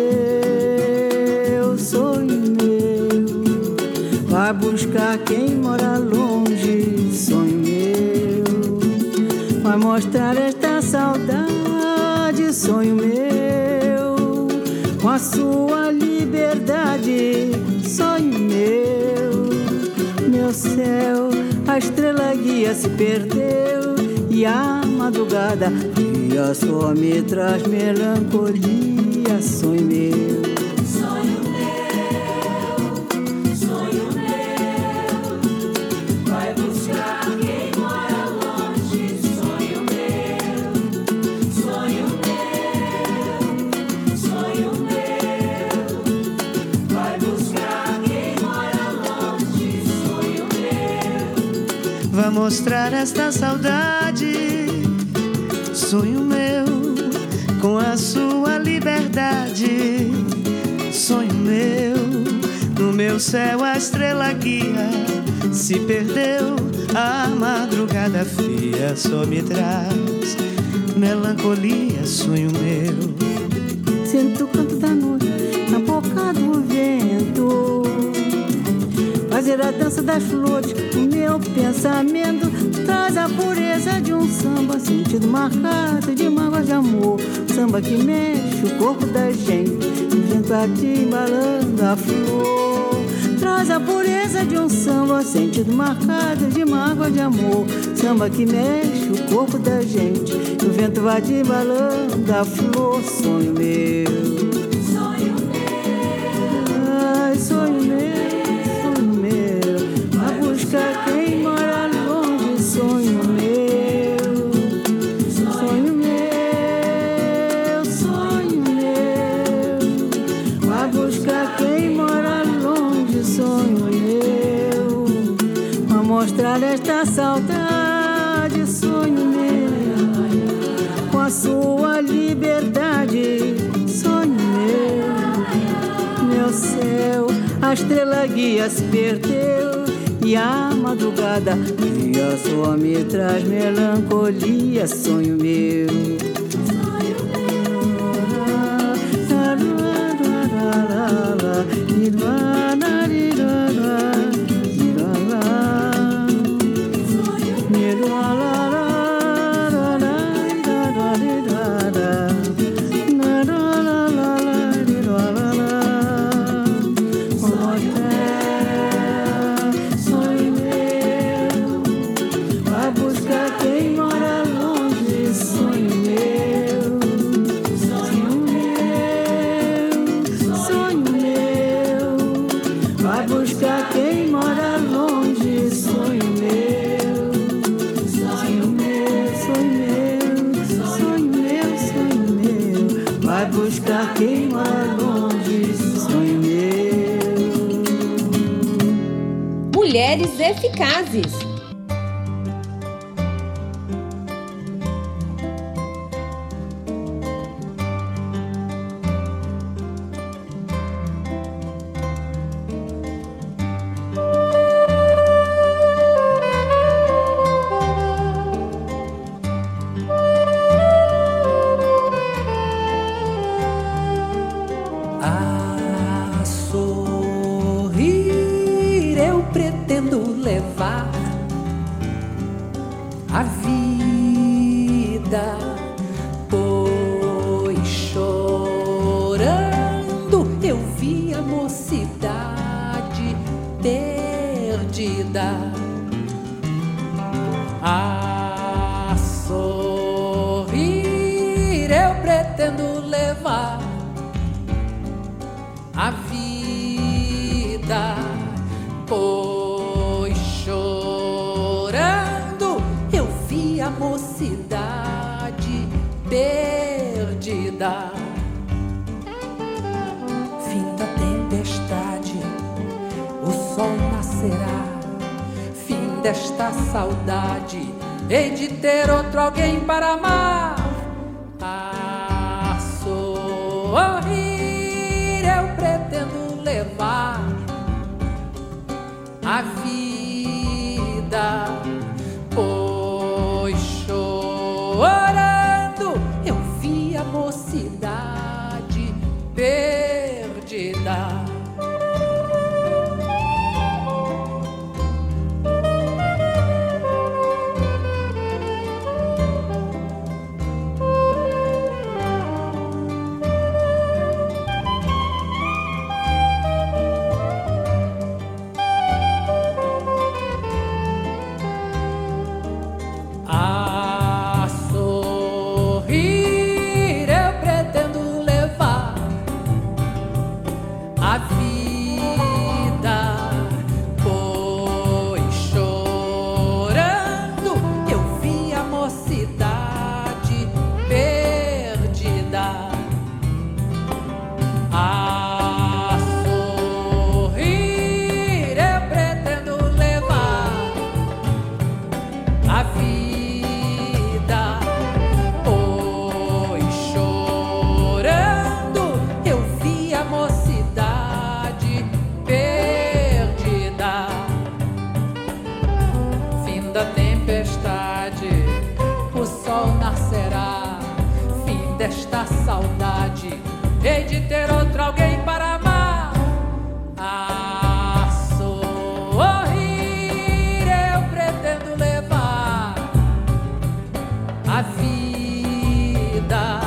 meu, sonho meu. Vai buscar quem mora longe, sonho meu. Vai mostrar esta saudade, sonho meu, com a sua liberdade, sonho meu céu. A estrela guia se perdeu e a madrugada dia só me traz melancolia, sonho meu. Sonho meu, sonho meu, vai buscar quem mora longe, sonho meu, sonho meu, sonho meu, vai buscar quem mora longe, sonho meu. Vai mostrar esta saudade, sonho meu, com a sua liberdade, sonho meu. No meu céu a estrela guia se perdeu, a madrugada fria só me traz melancolia, sonho meu. Sinto o canto da noite na boca do vento, fazer a dança das flores, o meu pensamento traz a pureza de um samba, sentido marcado de mágoa de amor, samba que mexe o corpo da gente, o vento aqui embalando a flor. Traz a pureza de um samba, sentido marcado de mágoa de amor, samba que mexe o corpo da gente, o vento vai te embalando a flor, sonho meu. Sonho meu, Ai, sonho meu, vai buscar quem mora longe, sonho meu, sonho meu, sonho meu, vai buscar quem mora longe, sonho meu, vai mostrar esta saudade, sonho meu, com a sua liberdade, sonho meu céu. A estrela guia se perdeu e a madrugada dia só me traz melancolia, sonho meu. buscar quem mora longe, sonho meu. Mulheres Eficazes. A sorrir eu pretendo levar a vida, pois chorando eu vi a mocidade perdida. A sorrir eu pretendo levar a vida, pois chorando eu vi a mocidade perdida. Fim da tempestade, o sol nascerá. Fim desta saudade, hei de ter outro alguém para amar. A sorrir eu pretendo levar a vida, pois chorando eu vi a mocidade perdida. A sorrir eu pretendo levar a vida, pois chorando eu vi a mocidade perdida. A sorrir eu pretendo levar a vida, pois chorando eu vi a mocidade perdida. Fim da tempestade, o sol nascerá. Fim desta saudade, hei de ter outro alguém para amar. A sorrir eu pretendo levar a vida,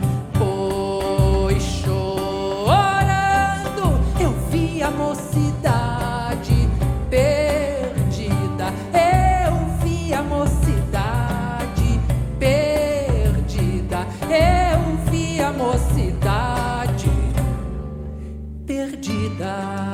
pois chorando eu vi a mocidade perdida. Eu vi a mocidade perdida. Eu vi a mocidade perdida.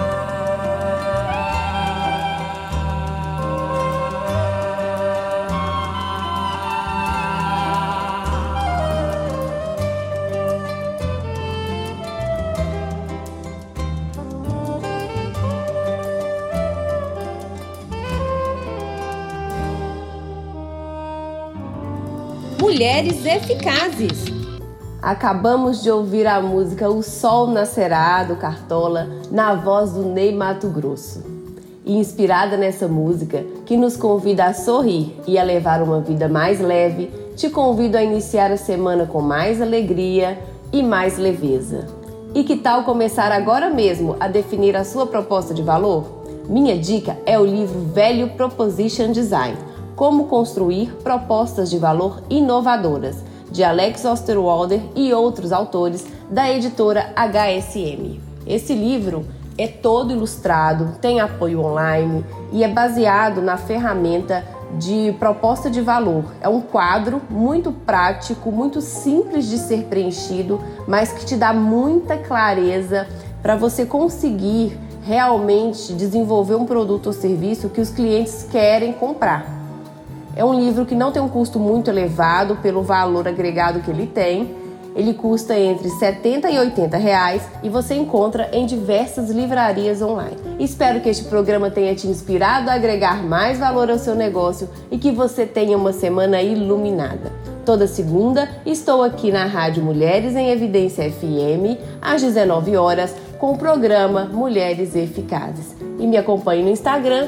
Mulheres Eficazes. Acabamos de ouvir a música O Sol Nascerá, do Cartola, na voz do Ney Matogrosso. E inspirada nessa música, que nos convida a sorrir e a levar uma vida mais leve, te convido a iniciar a semana com mais alegria e mais leveza. E que tal começar agora mesmo a definir a sua proposta de valor? Minha dica é o livro Value Proposition Design, Como Construir Propostas de Valor Inovadoras, de Alex Osterwalder e outros autores da editora HSM. Esse livro é todo ilustrado, tem apoio online e é baseado na ferramenta de proposta de valor. É um quadro muito prático, muito simples de ser preenchido, mas que te dá muita clareza para você conseguir realmente desenvolver um produto ou serviço que os clientes querem comprar. É um livro que não tem um custo muito elevado pelo valor agregado que ele tem Ele custa entre R$ 70 e R$ 80 e você encontra em diversas livrarias online. Espero que este programa tenha te inspirado a agregar mais valor ao seu negócio e que você tenha uma semana iluminada. Toda segunda estou aqui na Rádio Mulheres em Evidência FM, às 19 horas, com o programa Mulheres Eficazes. E me acompanhe no Instagram,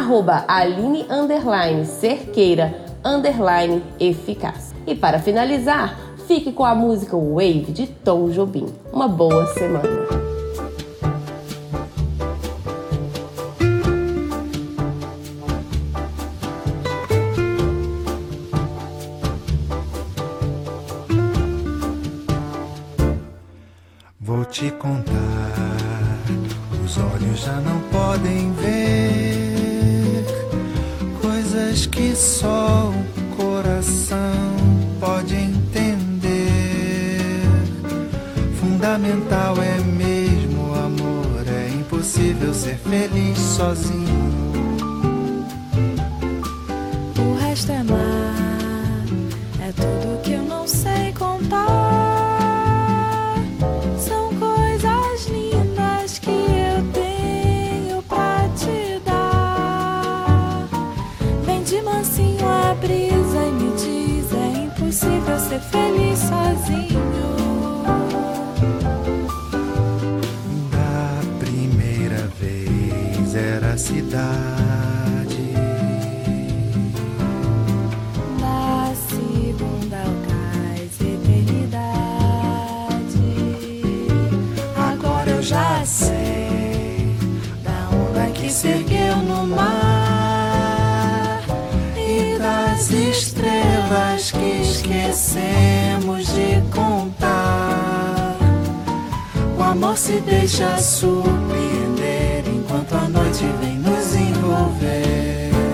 @Aline_Cerqueira_Eficaz. E para finalizar, fique com a música Wave de Tom Jobim. Uma boa semana. Vou te contar, os olhos já não podem ver coisas que só o coração pode entender. Fundamental é mesmo o amor, é impossível ser feliz sozinho. O resto é mar, é tudo que eu não sei contar. São coisas lindas que eu tenho pra te dar. Vem de mansinho a brisa e me diz, é impossível ser feliz sozinho. Da primeira vez era a cidade, Da segunda ao cais, eternidade. Agora eu já sei da onda que se ergueu no mar e das estrelas que esquecemos de contar. O amor se deixa surpreender enquanto a noite vem nos envolver.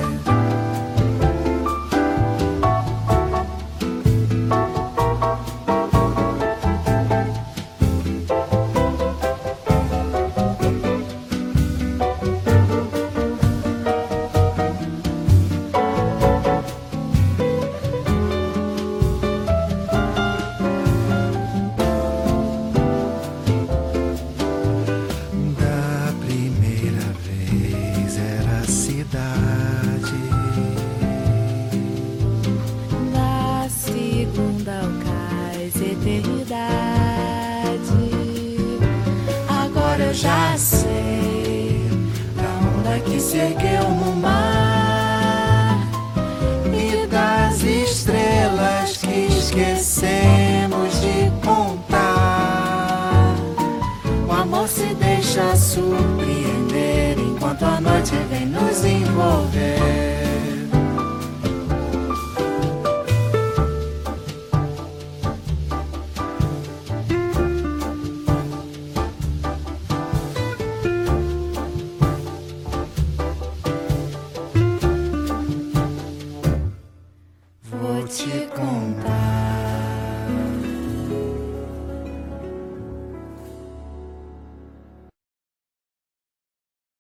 da primeira vez era a cidade, Da segunda ao cais, eternidade. Agora eu já sei da onda que se ergueu no mar e das estrelas que esquecemos de contar. O amor se deixa surpreender enquanto a noite vem nos envolver. Vou te contar.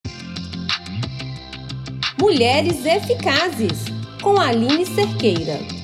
Mulheres Eficazes, com Aline Cerqueira.